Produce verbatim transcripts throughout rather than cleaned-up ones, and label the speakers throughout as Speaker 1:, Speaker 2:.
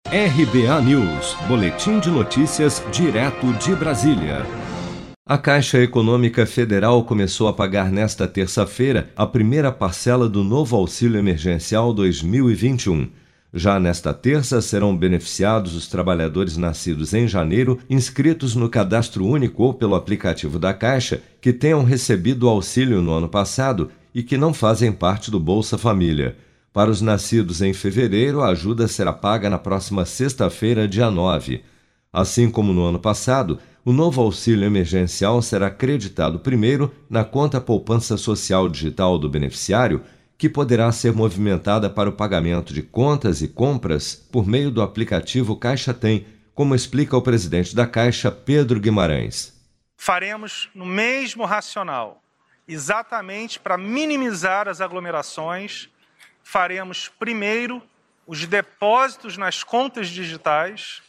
Speaker 1: R B A News, boletim de notícias direto de Brasília. A Caixa Econômica Federal começou a pagar nesta terça-feira a primeira parcela do novo Auxílio Emergencial dois mil e vinte e um. Já nesta terça serão beneficiados os trabalhadores nascidos em janeiro, inscritos no Cadastro Único ou pelo aplicativo da Caixa, que tenham recebido o auxílio no ano passado e que não fazem parte do Bolsa Família. Para os nascidos em fevereiro, a ajuda será paga na próxima sexta-feira, dia nove. Assim como no ano passado, o novo auxílio emergencial será creditado primeiro na conta poupança social digital do beneficiário, que poderá ser movimentada para o pagamento de contas e compras por meio do aplicativo Caixa Tem, como explica o presidente da Caixa, Pedro Guimarães.
Speaker 2: Faremos no mesmo racional, exatamente para minimizar as aglomerações. Faremos primeiro os depósitos nas contas digitais,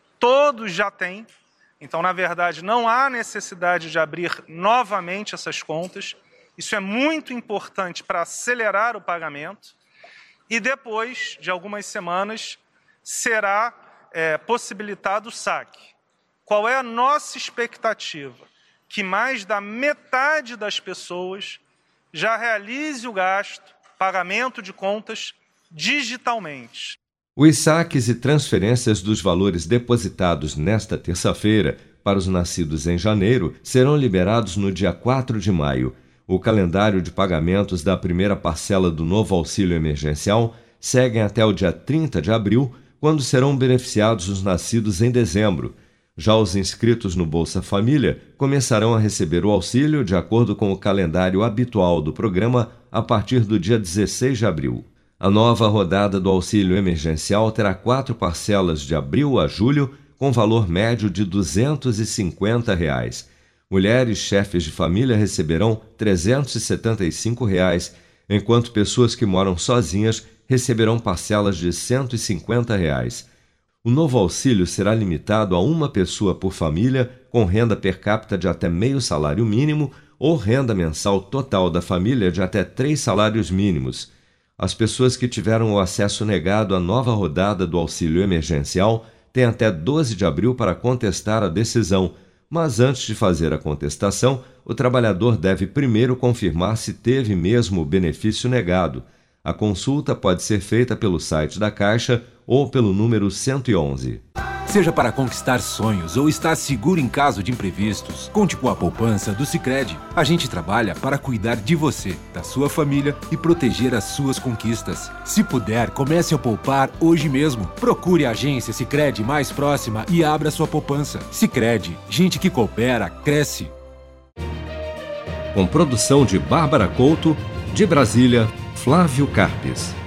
Speaker 2: todos já têm, então, na verdade, não há necessidade de abrir novamente essas contas. Isso é muito importante para acelerar o pagamento. E depois de algumas semanas, será é, possibilitado o saque. Qual é a nossa expectativa? Que mais da metade das pessoas já realize o gasto, pagamento de contas digitalmente.
Speaker 1: Os saques e transferências dos valores depositados nesta terça-feira para os nascidos em janeiro serão liberados no dia quatro de maio. O calendário de pagamentos da primeira parcela do novo auxílio emergencial segue até o dia trinta de abril, quando serão beneficiados os nascidos em dezembro. Já os inscritos no Bolsa Família começarão a receber o auxílio de acordo com o calendário habitual do programa a partir do dia dezesseis de abril. A nova rodada do auxílio emergencial terá quatro parcelas de abril a julho, com valor médio de duzentos e cinquenta reais. Mulheres chefes de família receberão trezentos e setenta e cinco reais, enquanto pessoas que moram sozinhas receberão parcelas de cento e cinquenta reais. O novo auxílio será limitado a uma pessoa por família, com renda per capita de até meio salário mínimo ou renda mensal total da família de até três salários mínimos. As pessoas que tiveram o acesso negado à nova rodada do auxílio emergencial têm até doze de abril para contestar a decisão, mas antes de fazer a contestação, o trabalhador deve primeiro confirmar se teve mesmo o benefício negado. A consulta pode ser feita pelo site da Caixa ou pelo número cento e onze.
Speaker 3: Seja para conquistar sonhos ou estar seguro em caso de imprevistos, conte com a poupança do Sicredi. A gente trabalha para cuidar de você, da sua família e proteger as suas conquistas. Se puder, comece a poupar hoje mesmo. Procure a agência Sicredi mais próxima e abra sua poupança. Sicredi, gente que coopera, cresce.
Speaker 1: Com produção de Bárbara Couto, de Brasília, Flávio Carpes.